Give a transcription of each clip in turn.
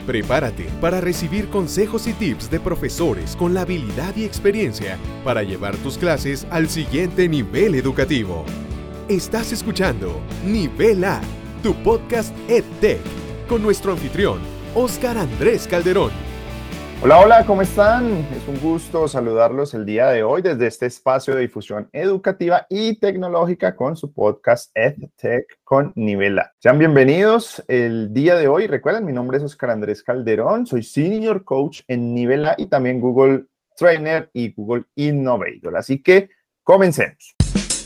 Prepárate para recibir consejos y tips de profesores con la habilidad y experiencia para llevar tus clases al siguiente nivel educativo. Estás escuchando Nivel A, tu podcast EdTech, con nuestro anfitrión, Óscar Andrés Calderón. Hola, hola, ¿cómo están? Es un gusto saludarlos el día de hoy desde este espacio de difusión educativa y tecnológica con su podcast EdTech con Nivel A. Sean bienvenidos el día de hoy. Recuerden, mi nombre es Óscar Andrés Calderón, soy Senior Coach en Nivel A y también Google Trainer y Google Innovator. Así que comencemos.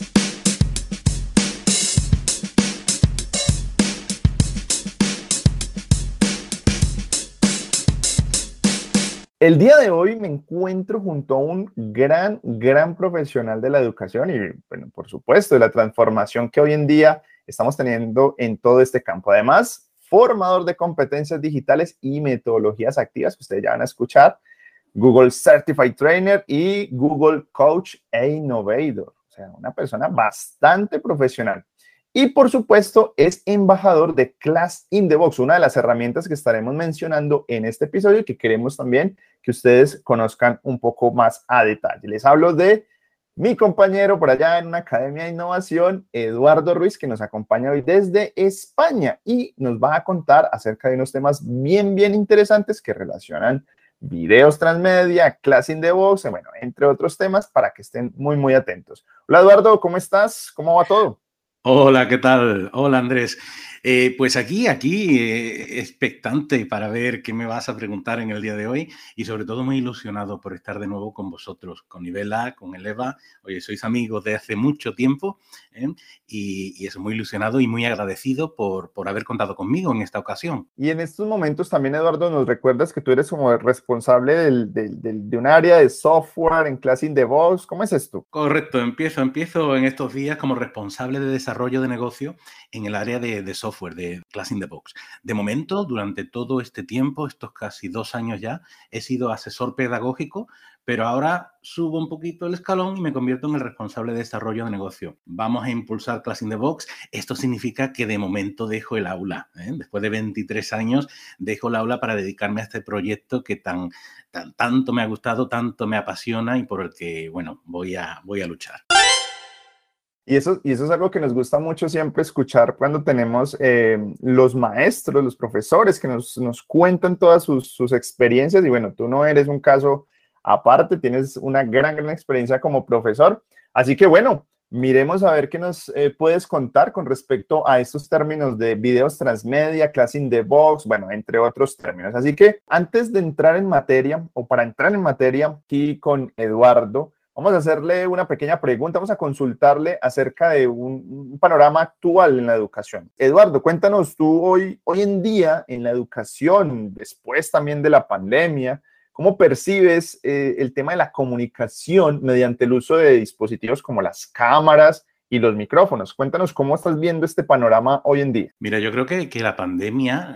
El día de hoy me encuentro junto a un gran profesional de la educación y, bueno, por supuesto, de la transformación que hoy en día estamos teniendo en todo este campo. Además, formador de competencias digitales y metodologías activas, que ustedes ya van a escuchar, Google Certified Trainer y Google Coach e Innovator. O sea, una persona bastante profesional. Y, por supuesto, es embajador de Class in the Box, una de las herramientas que estaremos mencionando en este episodio y que queremos también que ustedes conozcan un poco más a detalle. Les hablo de mi compañero por allá en una academia de innovación, Eduardo Ruiz, que nos acompaña hoy desde España y nos va a contar acerca de unos temas bien interesantes que relacionan videos transmedia, Class in the Box, bueno, entre otros temas, para que estén muy atentos. Hola, Eduardo, ¿cómo estás? ¿Cómo va todo? Hola, ¿qué tal? Hola, Andrés. Pues aquí expectante para ver qué me vas a preguntar en el día de hoy y sobre todo muy ilusionado por estar de nuevo con vosotros, con Nivel A, con el EVA. Oye, sois amigos de hace mucho tiempo, y eso, muy ilusionado y muy agradecido por haber contado conmigo en esta ocasión. Y en estos momentos también, Eduardo, nos recuerdas que tú eres como el responsable de un área de software en Class in the Box. ¿Cómo es esto? Correcto, empiezo en estos días como responsable de desarrollo de negocio en el área de software de Class in the Box. De momento, durante todo este tiempo, estos casi 2 años ya, he sido asesor pedagógico, pero ahora subo un poquito el escalón y me convierto en el responsable de desarrollo de negocio. Vamos a impulsar Class in the Box. Esto significa que de momento dejo el aula. Después de 23 años, dejo el aula para dedicarme a este proyecto que tanto me ha gustado, tanto me apasiona y por el que, bueno, voy a luchar. Y eso es algo que nos gusta mucho siempre escuchar cuando tenemos los maestros, los profesores que nos cuentan todas sus experiencias. Y bueno, tú no eres un caso aparte, tienes una gran experiencia como profesor. Así que bueno, miremos a ver qué nos puedes contar con respecto a estos términos de videos transmedia, Class in the Box, bueno, entre otros términos. Así que antes de entrar en materia, o para entrar en materia aquí con Eduardo, vamos a hacerle una pequeña pregunta, vamos a consultarle acerca de un panorama actual en la educación. Eduardo, cuéntanos tú hoy en día en la educación, después también de la pandemia, ¿cómo percibes el tema de la comunicación mediante el uso de dispositivos como las cámaras y los micrófonos? Cuéntanos cómo estás viendo este panorama hoy en día. Mira, yo creo que la pandemia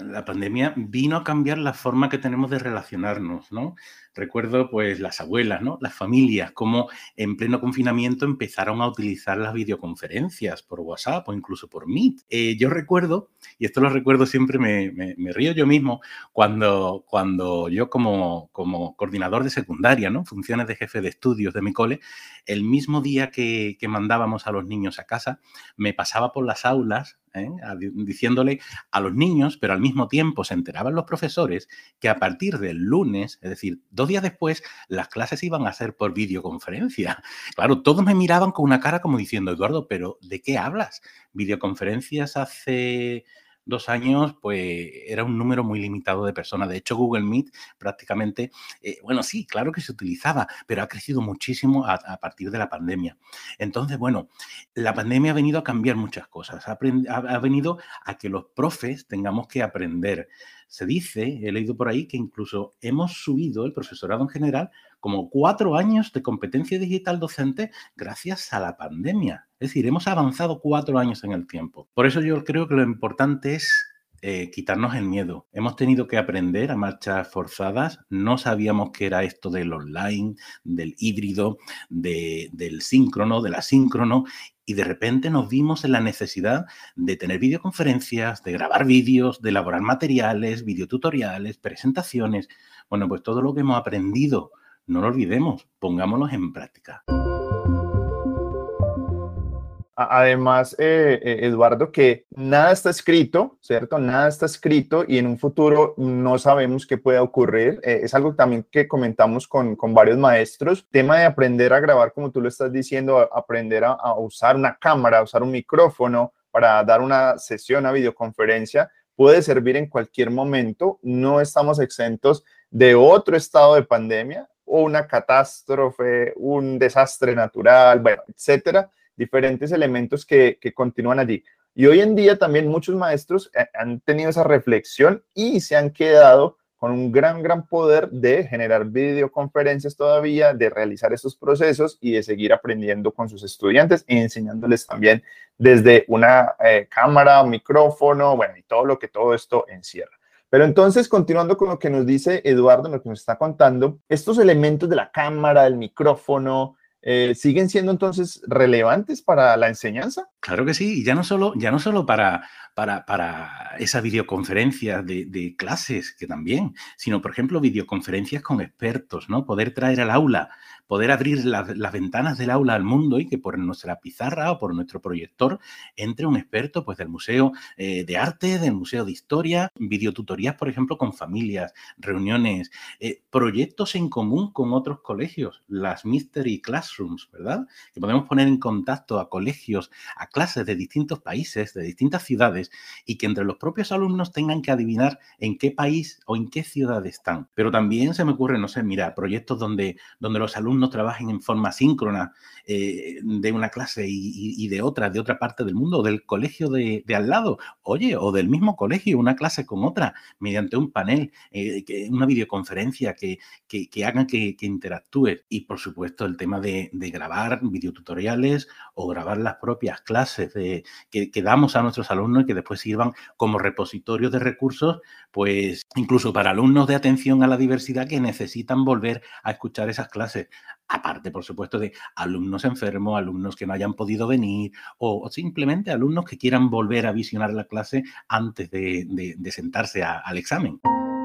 vino a cambiar la forma que tenemos de relacionarnos, ¿no? Recuerdo, pues, las abuelas, ¿no? Las familias, cómo en pleno confinamiento empezaron a utilizar las videoconferencias por WhatsApp o incluso por Meet. Yo recuerdo, y esto lo recuerdo siempre, me río yo mismo, cuando yo como coordinador de secundaria, ¿no? Funciones de jefe de estudios de mi cole, el mismo día que mandábamos a los niños a casa, me pasaba por las aulas, diciéndole a los niños, pero al mismo tiempo se enteraban los profesores que a partir del lunes, es decir, 2 días después, las clases iban a ser por videoconferencia. Claro, todos me miraban con una cara como diciendo, Eduardo, ¿pero de qué hablas? Videoconferencias hace 2 años, pues era un número muy limitado de personas. De hecho, Google Meet prácticamente, bueno, sí, claro que se utilizaba, pero ha crecido muchísimo a partir de la pandemia. Entonces, bueno, la pandemia ha venido a cambiar muchas cosas. Ha venido a que los profes tengamos que aprender. Se dice, he leído por ahí, que incluso hemos subido el profesorado en general como 4 años de competencia digital docente gracias a la pandemia. Es decir, hemos avanzado 4 años en el tiempo. Por eso yo creo que lo importante es quitarnos el miedo. Hemos tenido que aprender a marchas forzadas. No sabíamos qué era esto del online, del híbrido, del síncrono, del asíncrono. Y de repente nos vimos en la necesidad de tener videoconferencias, de grabar vídeos, de elaborar materiales, videotutoriales, presentaciones. Bueno, pues todo lo que hemos aprendido, no lo olvidemos, pongámoslo en práctica. Además, Eduardo, que nada está escrito, ¿cierto? Nada está escrito y en un futuro no sabemos qué pueda ocurrir. Es algo también que comentamos con varios maestros. Tema de aprender a grabar, como tú lo estás diciendo, aprender a usar una cámara, a usar un micrófono para dar una sesión, una videoconferencia, puede servir en cualquier momento. No estamos exentos de otro estado de pandemia o una catástrofe, un desastre natural, bueno, etcétera. Diferentes elementos que continúan allí. Y hoy en día también muchos maestros han tenido esa reflexión y se han quedado con un gran poder de generar videoconferencias todavía, de realizar estos procesos y de seguir aprendiendo con sus estudiantes y enseñándoles también desde una cámara, un micrófono, bueno, y todo lo que todo esto encierra. Pero entonces, continuando con lo que nos dice Eduardo, lo que nos está contando, estos elementos de la cámara, del micrófono, ¿siguen siendo entonces relevantes para la enseñanza? Claro que sí, y ya no solo para esas videoconferencias de clases, que también, sino, por ejemplo, videoconferencias con expertos, ¿no? Poder traer al aula, poder abrir las ventanas del aula al mundo y que por nuestra pizarra o por nuestro proyector entre un experto, pues, del Museo de Arte, del Museo de Historia, videotutorías, por ejemplo, con familias, reuniones, proyectos en común con otros colegios, las Mystery Classrooms, ¿verdad? Que podemos poner en contacto a colegios, a clases de distintos países, de distintas ciudades, y que entre los propios alumnos tengan que adivinar en qué país o en qué ciudad están. Pero también se me ocurre, no sé, mira, proyectos donde los alumnos trabajen en forma síncrona de una clase y de otra parte del mundo, del colegio de al lado, oye, o del mismo colegio, una clase con otra, mediante un panel, una videoconferencia que hagan que interactúes. Y, por supuesto, el tema de grabar videotutoriales o grabar las propias clases que damos a nuestros alumnos y que después sirvan como repositorios de recursos, pues incluso para alumnos de atención a la diversidad que necesitan volver a escuchar esas clases. Aparte, por supuesto, de alumnos enfermos, alumnos que no hayan podido venir o simplemente alumnos que quieran volver a visionar la clase antes de sentarse al examen.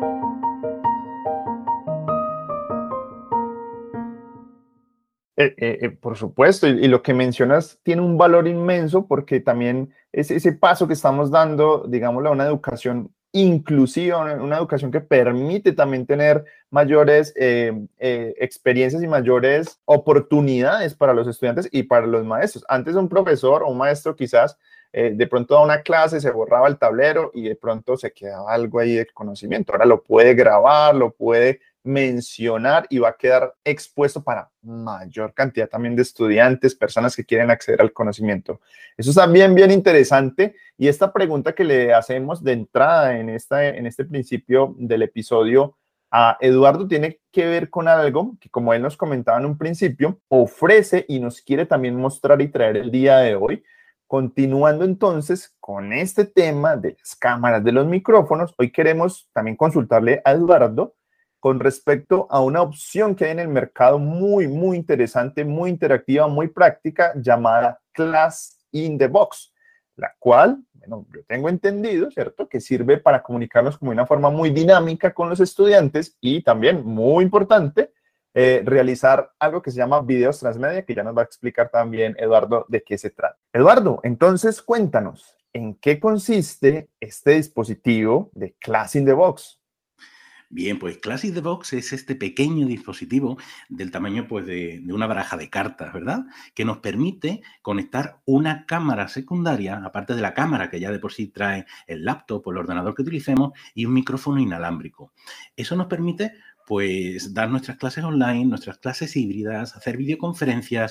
Por supuesto, y lo que mencionas tiene un valor inmenso porque también es ese paso que estamos dando, digámoslo, a una educación inclusiva, una educación que permite también tener mayores experiencias y mayores oportunidades para los estudiantes y para los maestros. Antes un profesor o un maestro quizás de pronto da una clase, se borraba el tablero y de pronto se quedaba algo ahí de conocimiento. Ahora lo puede grabar, lo puede mencionar y va a quedar expuesto para mayor cantidad también de estudiantes, personas que quieren acceder al conocimiento. Eso está bien interesante. Y esta pregunta que le hacemos de entrada en este principio del episodio a Eduardo tiene que ver con algo que, como él nos comentaba en un principio, ofrece y nos quiere también mostrar y traer el día de hoy. Continuando entonces con este tema de las cámaras, de los micrófonos, hoy queremos también consultarle a Eduardo con respecto a una opción que hay en el mercado muy interesante, muy interactiva, muy práctica, llamada Class in the Box, la cual, bueno, yo tengo entendido, ¿cierto?, que sirve para comunicarnos como de una forma muy dinámica con los estudiantes y también, muy importante, realizar algo que se llama videos transmedia, que ya nos va a explicar también Eduardo de qué se trata. Eduardo, entonces cuéntanos, ¿en qué consiste este dispositivo de Class in the Box? Bien, pues Class in the Box es este pequeño dispositivo del tamaño, pues, de una baraja de cartas, ¿verdad? Que nos permite conectar una cámara secundaria, aparte de la cámara que ya de por sí trae el laptop o el ordenador que utilicemos, y un micrófono inalámbrico. Eso nos permite, pues, dar nuestras clases online, nuestras clases híbridas, hacer videoconferencias,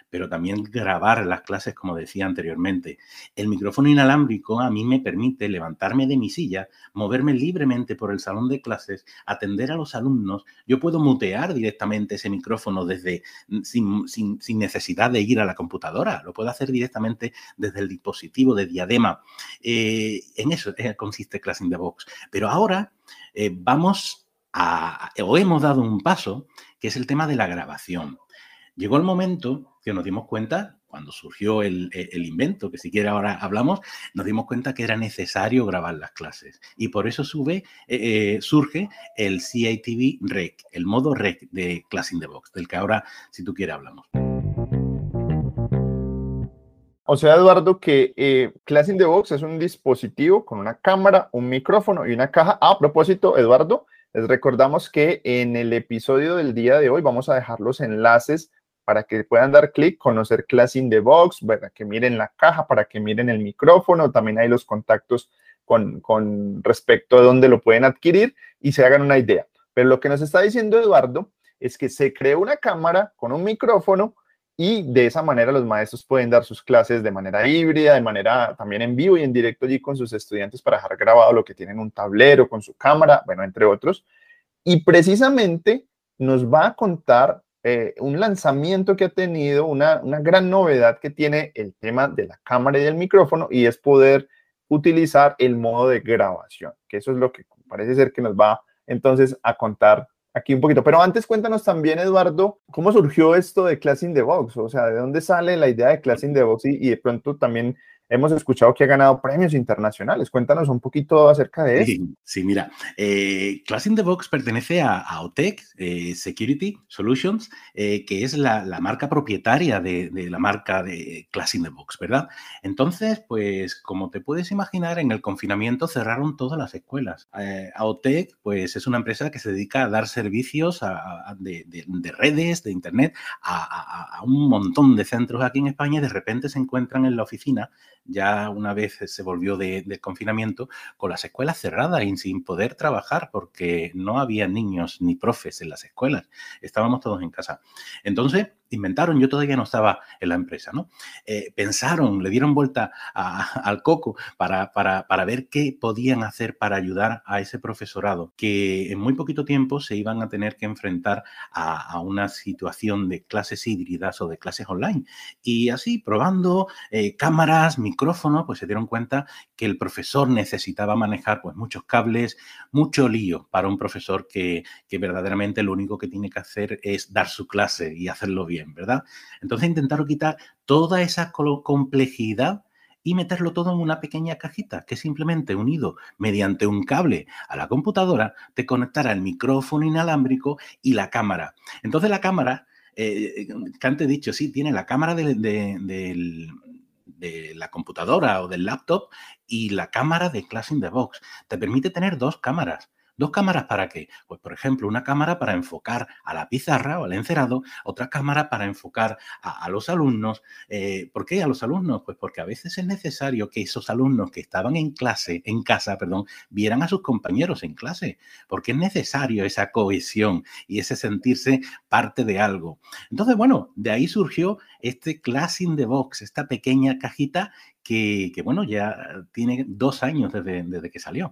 pero también grabar las clases, como decía anteriormente. El micrófono inalámbrico a mí me permite levantarme de mi silla, moverme libremente por el salón de clases, atender a los alumnos. Yo puedo mutear directamente ese micrófono sin necesidad de ir a la computadora. Lo puedo hacer directamente desde el dispositivo de diadema. En eso consiste Class in the Box. Pero ahora hemos dado un paso, que es el tema de la grabación. Llegó el momento que nos dimos cuenta, cuando surgió el invento, que siquiera ahora hablamos, nos dimos cuenta que era necesario grabar las clases. Y por eso surge el CITV Rec, el modo Rec de Class in the Box, del que ahora, si tú quieres, hablamos. O sea, Eduardo, que Class in the Box es un dispositivo con una cámara, un micrófono y una caja. A propósito, Eduardo, les recordamos que en el episodio del día de hoy vamos a dejar los enlaces para que puedan dar clic, conocer Class in the Box, para que miren la caja, para que miren el micrófono. También hay los contactos con respecto a dónde lo pueden adquirir y se hagan una idea. Pero lo que nos está diciendo Eduardo es que se creó una cámara con un micrófono y de esa manera los maestros pueden dar sus clases de manera híbrida, de manera también en vivo y en directo allí con sus estudiantes para dejar grabado lo que tienen, un tablero con su cámara, bueno, entre otros. Y precisamente nos va a contar un lanzamiento que ha tenido, una gran novedad que tiene el tema de la cámara y del micrófono, y es poder utilizar el modo de grabación, que eso es lo que parece ser que nos va entonces a contar aquí un poquito. Pero antes cuéntanos también, Eduardo, ¿cómo surgió esto de Class in the Box? O sea, ¿de dónde sale la idea de Class in the Box? Y de pronto también hemos escuchado que ha ganado premios internacionales. Cuéntanos un poquito acerca de esto. Sí, mira, Class in the Box pertenece a OTEC Security Solutions, que es la marca propietaria de la marca de Class in the Box, ¿verdad? Entonces, pues, como te puedes imaginar, en el confinamiento cerraron todas las escuelas. OTEC, pues, es una empresa que se dedica a dar servicios de redes, de internet, a un montón de centros aquí en España, y de repente se encuentran en la oficina, ya una vez se volvió del confinamiento, con las escuelas cerradas y sin poder trabajar porque no había niños ni profes en las escuelas. Estábamos todos en casa. Entonces, inventaron, yo todavía no estaba en la empresa, ¿no? Pensaron, le dieron vuelta al coco para ver qué podían hacer para ayudar a ese profesorado que en muy poquito tiempo se iban a tener que enfrentar a una situación de clases híbridas o de clases online. Y así, probando cámaras, micrófonos, pues se dieron cuenta que el profesor necesitaba manejar pues muchos cables, mucho lío para un profesor que verdaderamente lo único que tiene que hacer es dar su clase y hacerlo bien, ¿verdad? Entonces intentaron quitar toda esa complejidad y meterlo todo en una pequeña cajita que simplemente unido mediante un cable a la computadora te conectara el micrófono inalámbrico y la cámara. Entonces la cámara, que antes he dicho, sí, tiene la cámara de la computadora o del laptop y la cámara de Class in the Box. Te permite tener dos cámaras. ¿Dos cámaras para qué? Pues, por ejemplo, una cámara para enfocar a la pizarra o al encerado, otra cámara para enfocar a los alumnos. ¿Por qué a los alumnos? Pues porque a veces es necesario que esos alumnos que estaban en casa, vieran a sus compañeros en clase, porque es necesario esa cohesión y ese sentirse parte de algo. Entonces, bueno, de ahí surgió este Class in the Box, esta pequeña cajita que bueno, ya tiene 2 años desde que salió.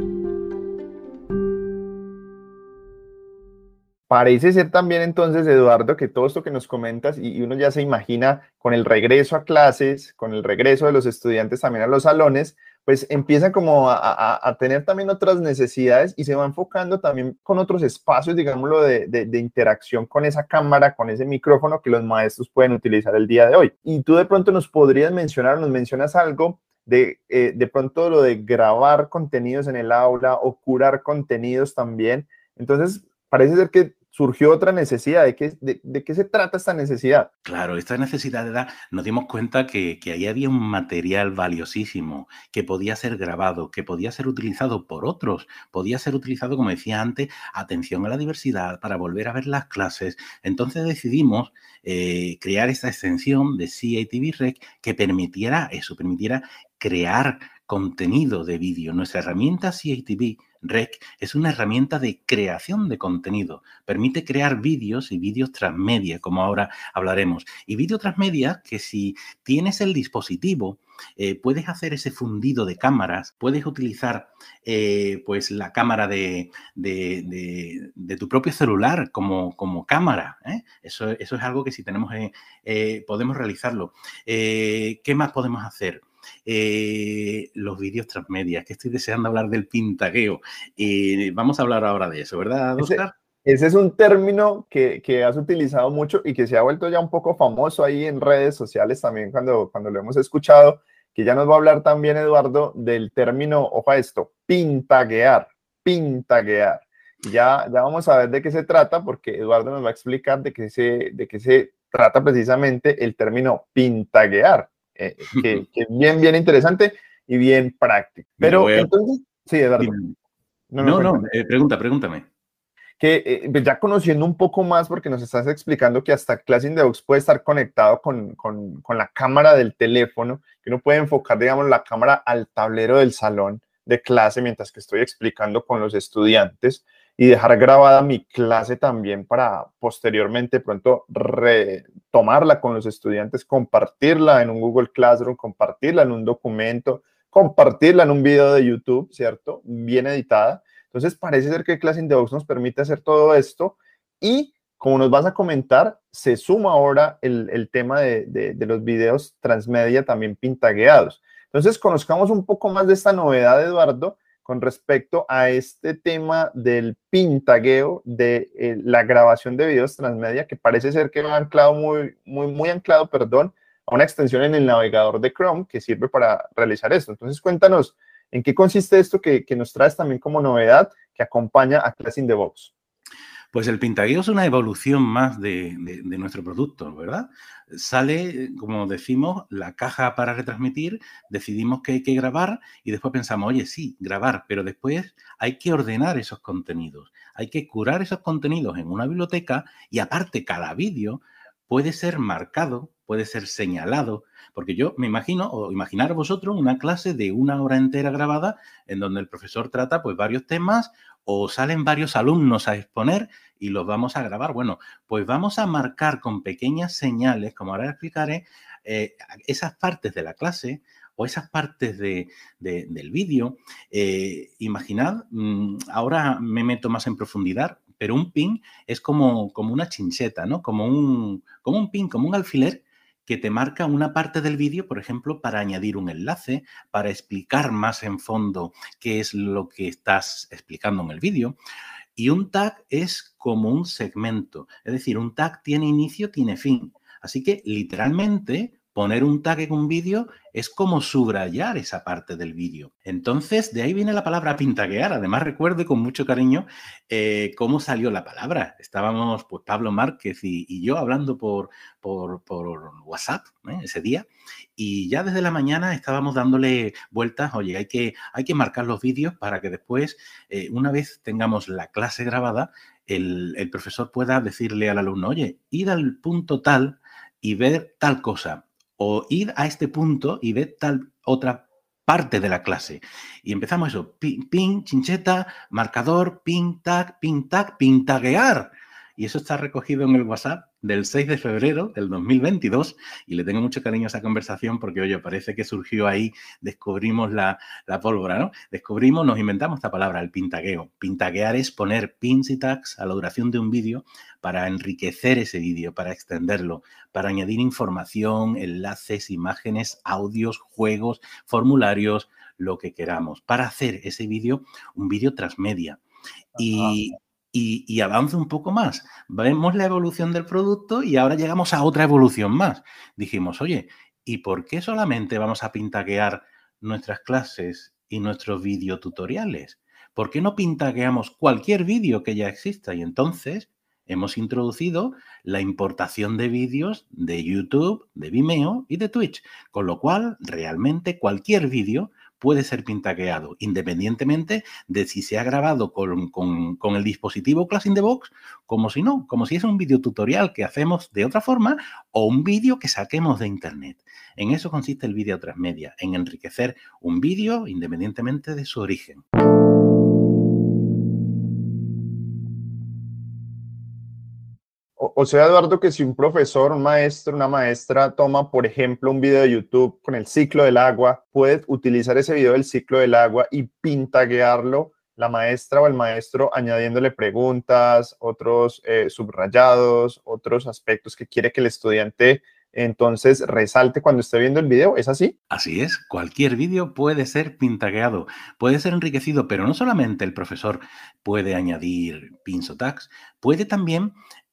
Parece ser también entonces, Eduardo, que todo esto que nos comentas y uno ya se imagina con el regreso a clases, con el regreso de los estudiantes también a los salones, pues empieza como a tener también otras necesidades y se va enfocando también con otros espacios, digámoslo, de interacción con esa cámara, con ese micrófono que los maestros pueden utilizar el día de hoy. Y tú de pronto nos podrías mencionar, nos mencionas algo de pronto lo de grabar contenidos en el aula o curar contenidos también. Entonces, parece ser que surgió otra necesidad. ¿De qué se trata esta necesidad? Claro, esta necesidad de edad, nos dimos cuenta que ahí había un material valiosísimo que podía ser grabado, que podía ser utilizado por otros, podía ser utilizado, como decía antes, atención a la diversidad, para volver a ver las clases. Entonces decidimos crear esta extensión de CITV Rec que permitiera eso, permitiera crear contenido de vídeo. Nuestra herramienta CATV Rec es una herramienta de creación de contenido. Permite crear vídeos y vídeos transmedia, como ahora hablaremos. Y vídeo transmedia que si tienes el dispositivo, puedes hacer ese fundido de cámaras, puedes utilizar pues la cámara de tu propio celular como cámara. Eso es algo que si tenemos, podemos realizarlo. ¿Qué más podemos hacer? Los vídeos transmedia, que estoy deseando hablar del pintagueo. Vamos a hablar ahora de eso, ¿verdad, Óscar? Ese es un término que has utilizado mucho y que se ha vuelto ya un poco famoso ahí en redes sociales también cuando lo hemos escuchado, que ya nos va a hablar también Eduardo del término, ojo a esto, pintaguear. Ya vamos a ver de qué se trata porque Eduardo nos va a explicar de qué se trata precisamente el término pintaguear, que es bien interesante y bien práctico. Pero entonces, sí, Eduardo. Pregúntame. Que ya conociendo un poco más, porque nos estás explicando que hasta ClassInTheBox puede estar conectado con la cámara del teléfono, que uno puede enfocar, digamos, la cámara al tablero del salón de clase mientras que estoy explicando con los estudiantes y dejar grabada mi clase también para posteriormente pronto retomarla con los estudiantes, compartirla en un Google Classroom, compartirla en un documento, compartirla en un video de YouTube, ¿cierto? Bien editada. Entonces, parece ser que ClassInTheBox nos permite hacer todo esto y, como nos vas a comentar, se suma ahora el tema de los videos transmedia también pintagueados. Entonces, conozcamos un poco más de esta novedad, Eduardo, con respecto a este tema del pintagueo, de la grabación de videos transmedia, que parece ser que va anclado muy anclado, a una extensión en el navegador de Chrome que sirve para realizar esto. Entonces, cuéntanos, ¿en qué consiste esto que nos traes también como novedad que acompaña a ClassInTheBox? Pues el pintagueo es una evolución más de nuestro producto, ¿verdad? Sale, como decimos, la caja para retransmitir, decidimos que hay que grabar y después pensamos, oye, sí, grabar, pero después hay que ordenar esos contenidos, hay que curar esos contenidos en una biblioteca y aparte cada vídeo puede ser marcado, puede ser señalado, porque yo me imagino, o imaginar vosotros, una clase de 1 hora entera grabada en donde el profesor trata pues varios temas o salen varios alumnos a exponer y los vamos a grabar. Bueno, pues vamos a marcar con pequeñas señales, como ahora explicaré, esas partes de la clase o esas partes del vídeo. Imaginad, ahora me meto más en profundidad, pero un pin es como una chincheta, ¿no? Como un pin, como un alfiler que te marca una parte del vídeo, por ejemplo, para añadir un enlace, para explicar más en fondo qué es lo que estás explicando en el vídeo. Y un tag es como un segmento, es decir, un tag tiene inicio, tiene fin. Así que, literalmente, poner un tag en un vídeo es como subrayar esa parte del vídeo. Entonces, de ahí viene la palabra pintaguear. Además, recuerdo con mucho cariño cómo salió la palabra. Estábamos, pues, Pablo Márquez y yo hablando por WhatsApp ese día y ya desde la mañana estábamos dándole vueltas. Oye, hay que marcar los vídeos para que después, una vez tengamos la clase grabada, el profesor pueda decirle al alumno, oye, id al punto tal y ver tal cosa. O ir a este punto y ver tal otra parte de la clase. Y empezamos eso, pin, chincheta, marcador, pin, tag, pintaguear. Y eso está recogido en el WhatsApp del 6 de febrero del 2022 y le tengo mucho cariño a esa conversación porque, oye, parece que surgió ahí, descubrimos la pólvora, ¿no? Nos inventamos esta palabra, el pintagueo. Pintaguear es poner pins y tags a la duración de un vídeo para enriquecer ese vídeo, para extenderlo, para añadir información, enlaces, imágenes, audios, juegos, formularios, lo que queramos, para hacer ese vídeo un vídeo transmedia. Y avanza un poco más. Vemos la evolución del producto y ahora llegamos a otra evolución más. Dijimos, oye, ¿y por qué solamente vamos a pintaguear nuestras clases y nuestros videotutoriales? ¿Por qué no pintagueamos cualquier vídeo que ya exista? Y entonces hemos introducido la importación de vídeos de YouTube, de Vimeo y de Twitch. Con lo cual, realmente cualquier vídeo puede ser pintaqueado, independientemente de si se ha grabado con el dispositivo Class in the Box, como si no, como si es un video tutorial que hacemos de otra forma o un vídeo que saquemos de internet. En eso consiste el vídeo transmedia, en enriquecer un vídeo independientemente de su origen. O sea, Eduardo, que si un profesor, un maestro, una maestra toma, por ejemplo, un video de YouTube con el ciclo del agua, puede utilizar ese video del ciclo del agua y pintaguearlo la maestra o el maestro añadiéndole preguntas, otros subrayados, otros aspectos que quiere que el estudiante entonces resalte cuando esté viendo el video. ¿Es así? Así es, cualquier vídeo puede ser pintagueado, puede ser enriquecido, pero no solamente el profesor puede añadir pins o tags, puede también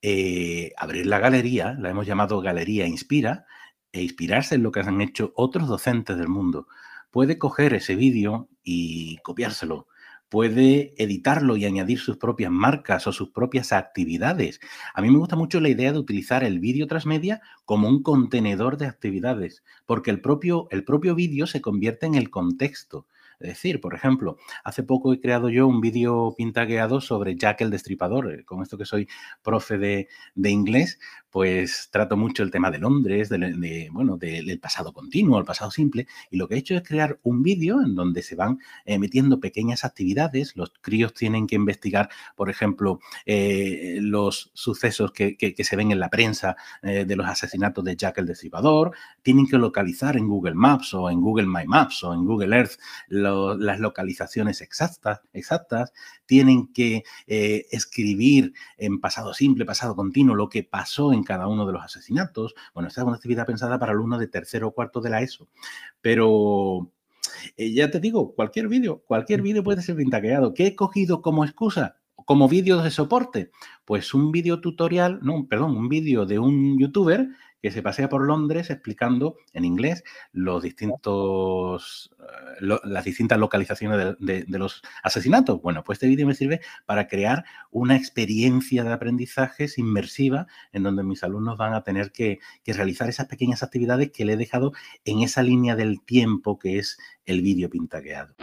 abrir la galería, la hemos llamado Galería Inspira, e inspirarse en lo que han hecho otros docentes del mundo. Puede coger ese vídeo y copiárselo. Puede editarlo y añadir sus propias marcas o sus propias actividades. A mí me gusta mucho la idea de utilizar el vídeo transmedia como un contenedor de actividades, porque el propio vídeo se convierte en el contexto. Es decir, por ejemplo, hace poco he creado yo un vídeo pintagueado sobre Jack el Destripador. Con esto que soy profe de inglés, pues trato mucho el tema de Londres, del pasado continuo, el pasado simple, y lo que he hecho es crear un vídeo en donde se van metiendo pequeñas actividades. Los críos tienen que investigar, por ejemplo, los sucesos que se ven en la prensa de los asesinatos de Jack el Destripador, tienen que localizar en Google Maps o en Google My Maps o en Google Earth las localizaciones exactas, tienen que escribir en pasado simple, pasado continuo, lo que pasó en cada uno de los asesinatos. Bueno, esta es una actividad pensada para alumnos de tercero o cuarto de la ESO, pero ya te digo, cualquier vídeo puede ser pintaqueado. ¿Qué he cogido como excusa? Como vídeo de soporte, pues un vídeo tutorial, un vídeo de un youtuber que se pasea por Londres explicando en inglés las distintas localizaciones de los asesinatos. Bueno, pues este vídeo me sirve para crear una experiencia de aprendizaje inmersiva en donde mis alumnos van a tener que realizar esas pequeñas actividades que le he dejado en esa línea del tiempo que es el vídeo pintaqueado.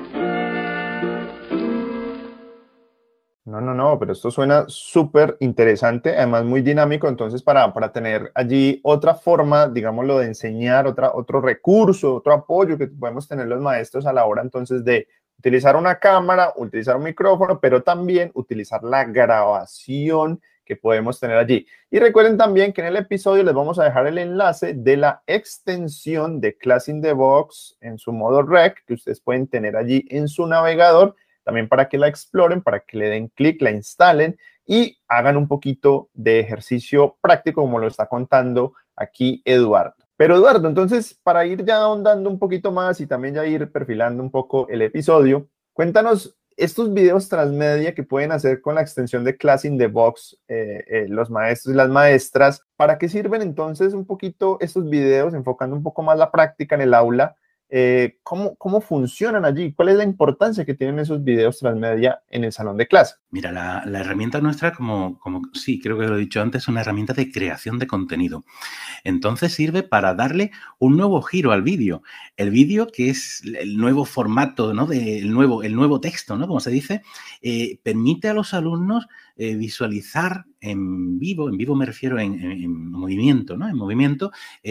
No, pero esto suena súper interesante, además muy dinámico, entonces para tener allí otra forma, digámoslo, de enseñar, otro recurso, otro apoyo que podemos tener los maestros a la hora entonces de utilizar una cámara, utilizar un micrófono, pero también utilizar la grabación que podemos tener allí. Y recuerden también que en el episodio les vamos a dejar el enlace de la extensión de Class in the Box en su modo Rec, que ustedes pueden tener allí en su navegador, también para que la exploren, para que le den clic, la instalen y hagan un poquito de ejercicio práctico como lo está contando aquí Eduardo. Pero Eduardo, entonces para ir ya ahondando un poquito más y también ya ir perfilando un poco el episodio, cuéntanos estos videos transmedia que pueden hacer con la extensión de Class in the Box los maestros y las maestras. ¿Para qué sirven entonces un poquito estos videos, enfocando un poco más la práctica en el aula? ¿Cómo funcionan allí? ¿Cuál es la importancia que tienen esos videos transmedia en el salón de clase? Mira, la herramienta nuestra, como sí, creo que lo he dicho antes, es una herramienta de creación de contenido. Entonces sirve para darle un nuevo giro al vídeo. El vídeo, que es el nuevo formato, ¿no? El nuevo texto, ¿no? Como se dice, permite a los alumnos visualizar en vivo me refiero en movimiento, ¿no? En movimiento,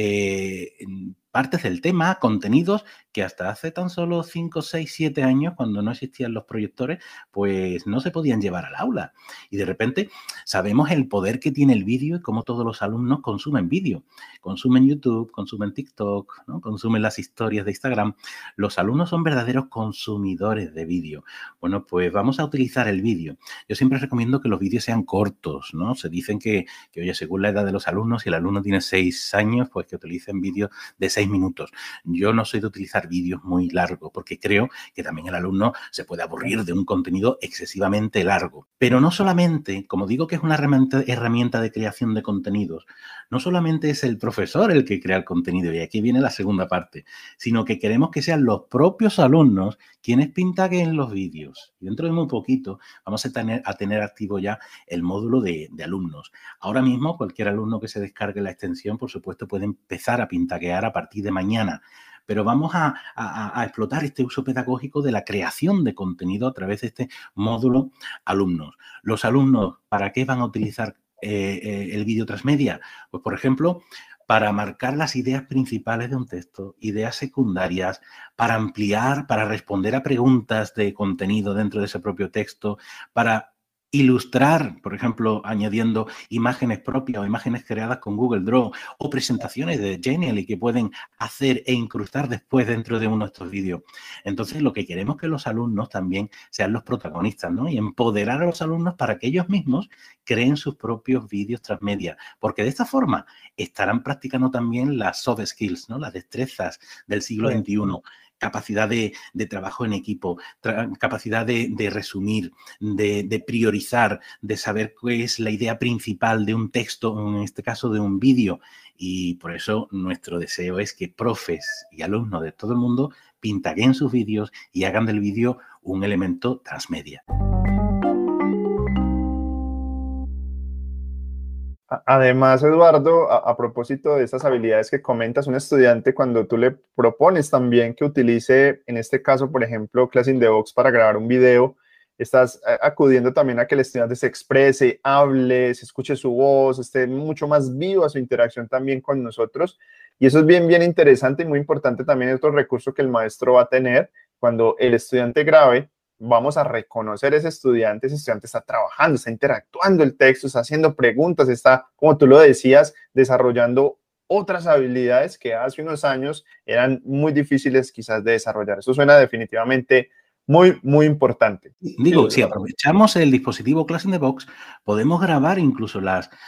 partes del tema, contenidos que hasta hace tan solo 5, 6, 7 años, cuando no existían los proyectores, pues no se podían llevar al aula. Y de repente sabemos el poder que tiene el vídeo y cómo todos los alumnos consumen vídeo. Consumen YouTube, consumen TikTok, ¿no? Consumen las historias de Instagram. Los alumnos son verdaderos consumidores de vídeo. Bueno, pues vamos a utilizar el vídeo. Yo siempre recomiendo que los vídeos sean cortos, ¿no? Se dicen que oye, según la edad de los alumnos, si el alumno tiene 6 años, pues que utilicen vídeos de 6 minutos. Yo no soy de utilizar vídeos muy largos porque creo que también el alumno se puede aburrir de un contenido excesivamente largo. Pero no solamente, como digo que es una herramienta de creación de contenidos, no solamente es el profesor el que crea el contenido, y aquí viene la segunda parte, sino que queremos que sean los propios alumnos quienes pintagueen los vídeos. Y dentro de muy poquito vamos a tener activo ya el módulo de alumnos. Ahora mismo cualquier alumno que se descargue la extensión, por supuesto, puede empezar a pintaguear a partir de mañana. pero vamos a explotar este uso pedagógico de la creación de contenido a través de este módulo alumnos. Los alumnos, ¿para qué van a utilizar el vídeo transmedia? Pues, por ejemplo, para marcar las ideas principales de un texto, ideas secundarias, para ampliar, para responder a preguntas de contenido dentro de ese propio texto, para ilustrar, por ejemplo, añadiendo imágenes propias o imágenes creadas con Google Draw o presentaciones de Genially que pueden hacer e incrustar después dentro de uno de estos vídeos. Entonces, lo que queremos es que los alumnos también sean los protagonistas, ¿no? Y empoderar a los alumnos para que ellos mismos creen sus propios vídeos transmedia, porque de esta forma estarán practicando también las soft skills, ¿no? Las destrezas del siglo XXI. Capacidad de trabajo en equipo, capacidad de resumir, de priorizar, de saber qué es la idea principal de un texto, en este caso de un vídeo. Y por eso nuestro deseo es que profes y alumnos de todo el mundo pintaguen sus vídeos y hagan del vídeo un elemento transmedia. Además, Eduardo, a propósito de estas habilidades que comentas, un estudiante cuando tú le propones también que utilice, en este caso, por ejemplo, Class in the Box para grabar un video, estás acudiendo también a que el estudiante se exprese, hable, se escuche su voz, esté mucho más viva su interacción también con nosotros. Y eso es bien, bien interesante y muy importante también otro recurso que el maestro va a tener cuando el estudiante grabe. Vamos a reconocer ese estudiante está trabajando, está interactuando el texto, está haciendo preguntas, está, como tú lo decías, desarrollando otras habilidades que hace unos años eran muy difíciles quizás de desarrollar. Eso suena definitivamente muy, muy importante. Digo, si aprovechamos el dispositivo Class in the Box, podemos grabar incluso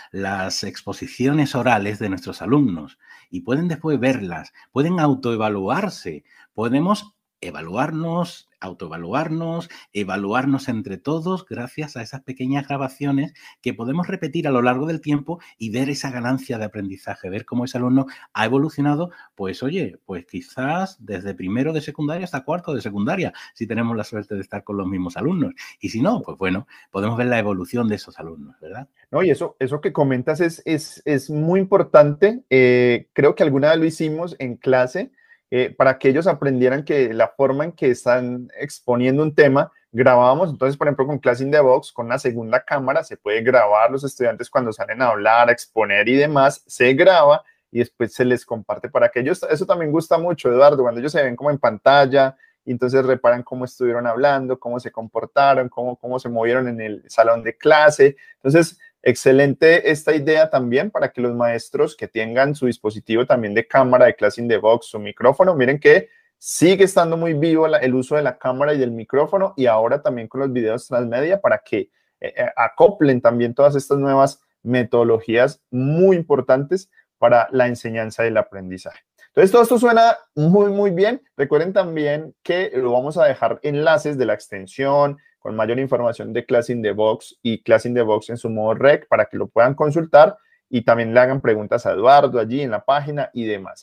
las exposiciones orales de nuestros alumnos y pueden después verlas, pueden autoevaluarse, podemos evaluarnos, autoevaluarnos, evaluarnos entre todos gracias a esas pequeñas grabaciones que podemos repetir a lo largo del tiempo y ver esa ganancia de aprendizaje, ver cómo ese alumno ha evolucionado, pues oye, pues quizás desde primero de secundaria hasta cuarto de secundaria, si tenemos la suerte de estar con los mismos alumnos. Y si no, pues bueno, podemos ver la evolución de esos alumnos, ¿verdad? No, y eso que comentas es muy importante. Creo que alguna vez lo hicimos en clase, para que ellos aprendieran que la forma en que están exponiendo un tema, grabábamos. Entonces, por ejemplo, con Class in the Box, con una segunda cámara, se puede grabar los estudiantes cuando salen a hablar, a exponer y demás, se graba y después se les comparte para que ellos, eso también gusta mucho, Eduardo, cuando ellos se ven como en pantalla y entonces reparan cómo estuvieron hablando, cómo se comportaron, cómo se movieron en el salón de clase. Entonces, excelente esta idea también para que los maestros que tengan su dispositivo también de cámara, de Class in the Box, su micrófono, miren que sigue estando muy vivo el uso de la cámara y del micrófono y ahora también con los videos transmedia para que acoplen también todas estas nuevas metodologías muy importantes para la enseñanza y el aprendizaje. Entonces, todo esto suena muy, muy bien. Recuerden también que lo vamos a dejar enlaces de la extensión con mayor información de Class in the Box y Class in the Box en su modo REC para que lo puedan consultar y también le hagan preguntas a Eduardo allí en la página y demás.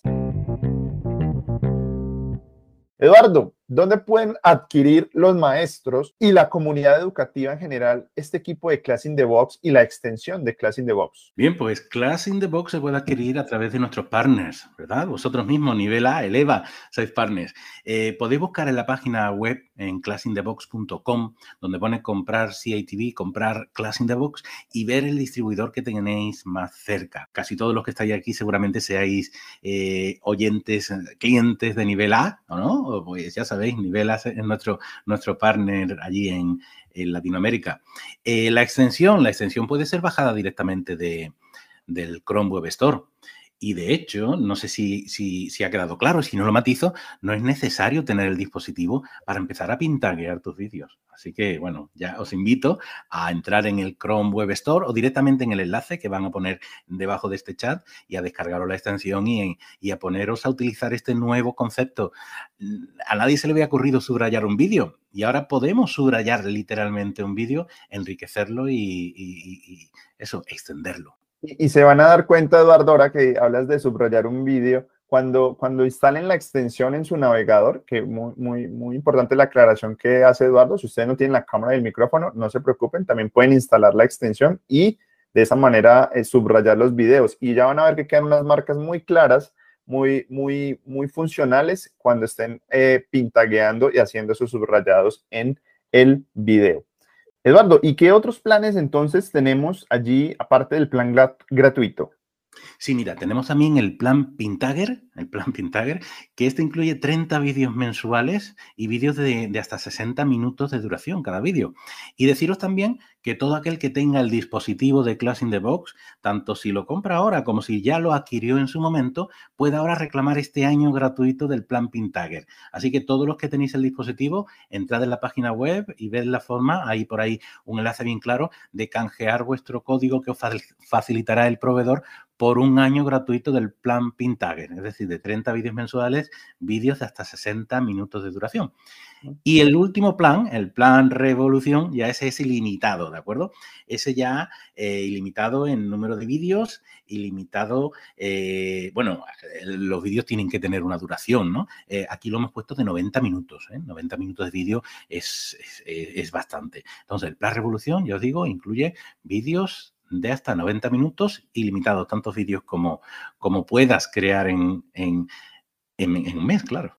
Eduardo, ¿dónde pueden adquirir los maestros y la comunidad educativa en general este equipo de Class in the Box y la extensión de Class in the Box? Bien, pues Class in the Box se puede adquirir a través de nuestros partners, ¿verdad? Vosotros mismos, nivel A, Eleva, sois partners. Podéis buscar en la página web en classinthebox.com, donde pone comprar CATV, comprar Class in the Box y ver el distribuidor que tenéis más cerca. Casi todos los que estáis aquí seguramente seáis oyentes, clientes de nivel A, ¿no? Pues ya sabéis, nivel A es nuestro partner allí en Latinoamérica. La extensión puede ser bajada directamente del Chrome Web Store. Y de hecho, no sé si ha quedado claro, si no lo matizo, no es necesario tener el dispositivo para empezar a pintaguear tus vídeos. Así que, bueno, ya os invito a entrar en el Chrome Web Store o directamente en el enlace que van a poner debajo de este chat y a descargaros la extensión y a poneros a utilizar este nuevo concepto. A nadie se le había ocurrido subrayar un vídeo y ahora podemos subrayar literalmente un vídeo, enriquecerlo y eso, extenderlo. Y se van a dar cuenta, Eduardo, ahora que hablas de subrayar un vídeo, cuando instalen la extensión en su navegador, que muy importante la aclaración que hace Eduardo, si ustedes no tienen la cámara y el micrófono, no se preocupen, también pueden instalar la extensión y de esa manera subrayar los videos. Y ya van a ver que quedan unas marcas muy claras muy funcionales cuando estén pintagueando y haciendo sus subrayados en el video. Eduardo, ¿y qué otros planes entonces tenemos allí, aparte del plan gratuito? Sí, mira, tenemos también el plan Pintager, que este incluye 30 vídeos mensuales y vídeos de hasta 60 minutos de duración cada vídeo. Y deciros también que todo aquel que tenga el dispositivo de Class in the Box, tanto si lo compra ahora como si ya lo adquirió en su momento, puede ahora reclamar este año gratuito del plan Pintager. Así que todos los que tenéis el dispositivo, entrad en la página web y ved la forma, hay por ahí un enlace bien claro de canjear vuestro código que os facilitará el proveedor por un año gratuito del plan Pintager, es decir, de 30 vídeos mensuales, vídeos de hasta 60 minutos de duración. Y el último plan, el plan Revolución, ya ese es ilimitado, ¿de acuerdo? Ese ya ilimitado en número de vídeos, ilimitado, bueno, los vídeos tienen que tener una duración, ¿no? Aquí lo hemos puesto de 90 minutos, 90 minutos de vídeo es bastante. Entonces, el plan Revolución, ya os digo, incluye vídeos de hasta 90 minutos, ilimitados, tantos vídeos como puedas crear en un mes, claro.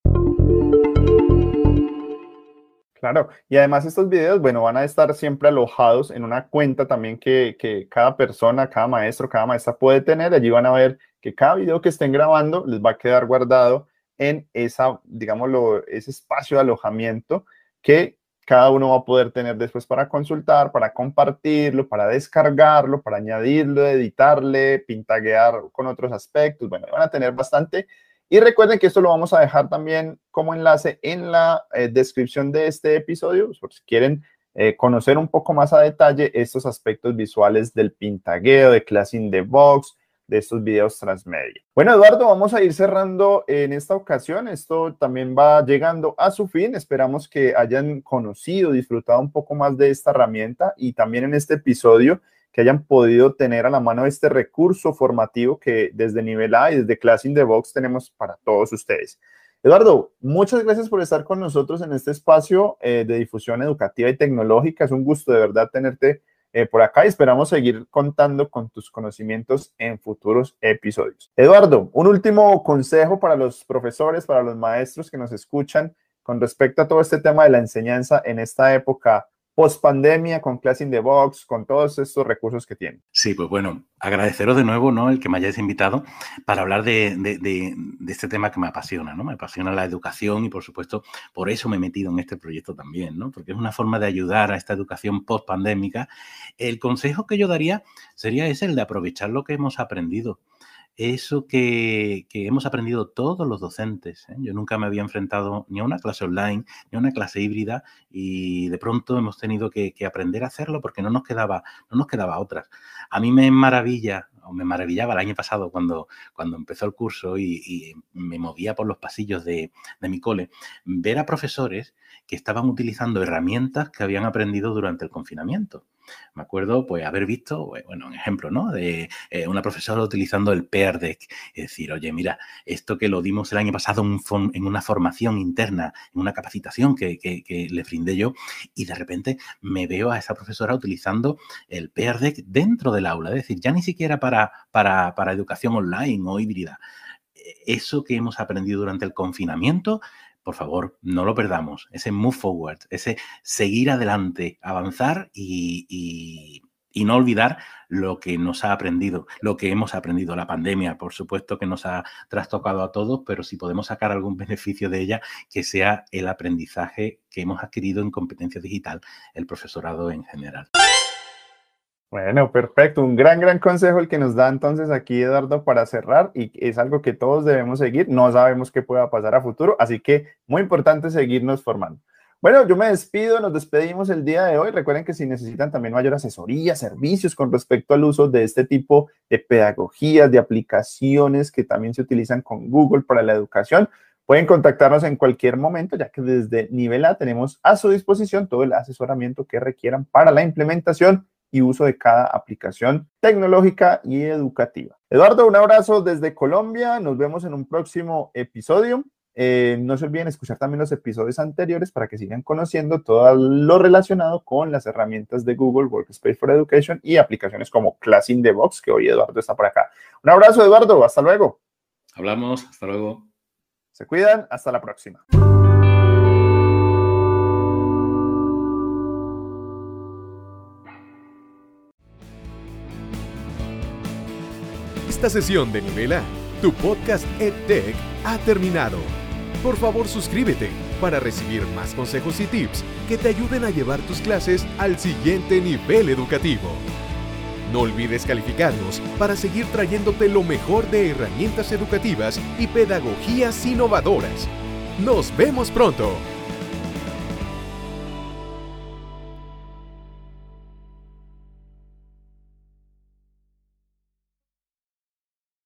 Claro, y además estos videos, bueno, van a estar siempre alojados en una cuenta también que cada persona, cada maestro, cada maestra puede tener. Allí van a ver que cada video que estén grabando les va a quedar guardado en esa, digámoslo, ese espacio de alojamiento que cada uno va a poder tener después para consultar, para compartirlo, para descargarlo, para añadirlo, editarle, pintaguear con otros aspectos. Bueno, van a tener bastante. Y recuerden que esto lo vamos a dejar también como enlace en la descripción de este episodio, por si quieren conocer un poco más a detalle estos aspectos visuales del pintagueo, de Class in the Box, de estos videos transmedia. Bueno, Eduardo, vamos a ir cerrando en esta ocasión. Esto también va llegando a su fin. Esperamos que hayan conocido, disfrutado un poco más de esta herramienta y también en este episodio que hayan podido tener a la mano este recurso formativo que desde Nivel A y desde Class in the Box tenemos para todos ustedes. Eduardo, muchas gracias por estar con nosotros en este espacio de difusión educativa y tecnológica. Es un gusto de verdad tenerte por acá y esperamos seguir contando con tus conocimientos en futuros episodios. Eduardo, un último consejo para los profesores, para los maestros que nos escuchan con respecto a todo este tema de la enseñanza en esta época post-pandemia, con Class in the Box, con todos estos recursos que tienen. Sí, pues bueno, agradeceros de nuevo, ¿no?, el que me hayáis invitado para hablar de este tema que me apasiona, ¿no? Me apasiona la educación y, por supuesto, por eso me he metido en este proyecto también, ¿no? Porque es una forma de ayudar a esta educación post-pandémica. El consejo que yo daría sería ese, el de aprovechar lo que hemos aprendido. Eso que hemos aprendido todos los docentes, ¿eh? Yo nunca me había enfrentado ni a una clase online, ni a una clase híbrida y de pronto hemos tenido que aprender a hacerlo porque no nos quedaba otras. A mí me maravillaba el año pasado cuando empezó el curso y me movía por los pasillos de mi cole, ver a profesores que estaban utilizando herramientas que habían aprendido durante el confinamiento. Me acuerdo, pues, haber visto, bueno, un ejemplo, ¿no?, de una profesora utilizando el Pear Deck. Es decir, oye, mira, esto que lo dimos el año pasado en una formación interna, en una capacitación que le brindé yo, y de repente me veo a esa profesora utilizando el Pear Deck dentro del aula. Es decir, ya ni siquiera para educación online o híbrida. Eso que hemos aprendido durante el confinamiento, por favor, no lo perdamos. Ese move forward, ese seguir adelante, avanzar y no olvidar lo que nos ha aprendido, lo que hemos aprendido. La pandemia, por supuesto, que nos ha trastocado a todos, pero si podemos sacar algún beneficio de ella, que sea el aprendizaje que hemos adquirido en competencia digital, el profesorado en general. Bueno, perfecto. Un gran consejo el que nos da entonces aquí Eduardo para cerrar y es algo que todos debemos seguir. No sabemos qué pueda pasar a futuro, así que muy importante seguirnos formando. Bueno, yo me despido, nos despedimos el día de hoy. Recuerden que si necesitan también mayor asesoría, servicios con respecto al uso de este tipo de pedagogías, de aplicaciones que también se utilizan con Google para la educación, pueden contactarnos en cualquier momento, ya que desde Nivel A tenemos a su disposición todo el asesoramiento que requieran para la implementación y uso de cada aplicación tecnológica y educativa. Eduardo, un abrazo desde Colombia. Nos vemos en un próximo episodio. No se olviden escuchar también los episodios anteriores para que sigan conociendo todo lo relacionado con las herramientas de Google Workspace for Education y aplicaciones como Class in the Box, que hoy Eduardo está por acá. Un abrazo, Eduardo. Hasta luego. Hablamos, hasta luego. Se cuidan, hasta la próxima. Esta sesión de Nivel A, tu podcast EdTech, ha terminado. Por favor, suscríbete para recibir más consejos y tips que te ayuden a llevar tus clases al siguiente nivel educativo. No olvides calificarnos para seguir trayéndote lo mejor de herramientas educativas y pedagogías innovadoras. ¡Nos vemos pronto!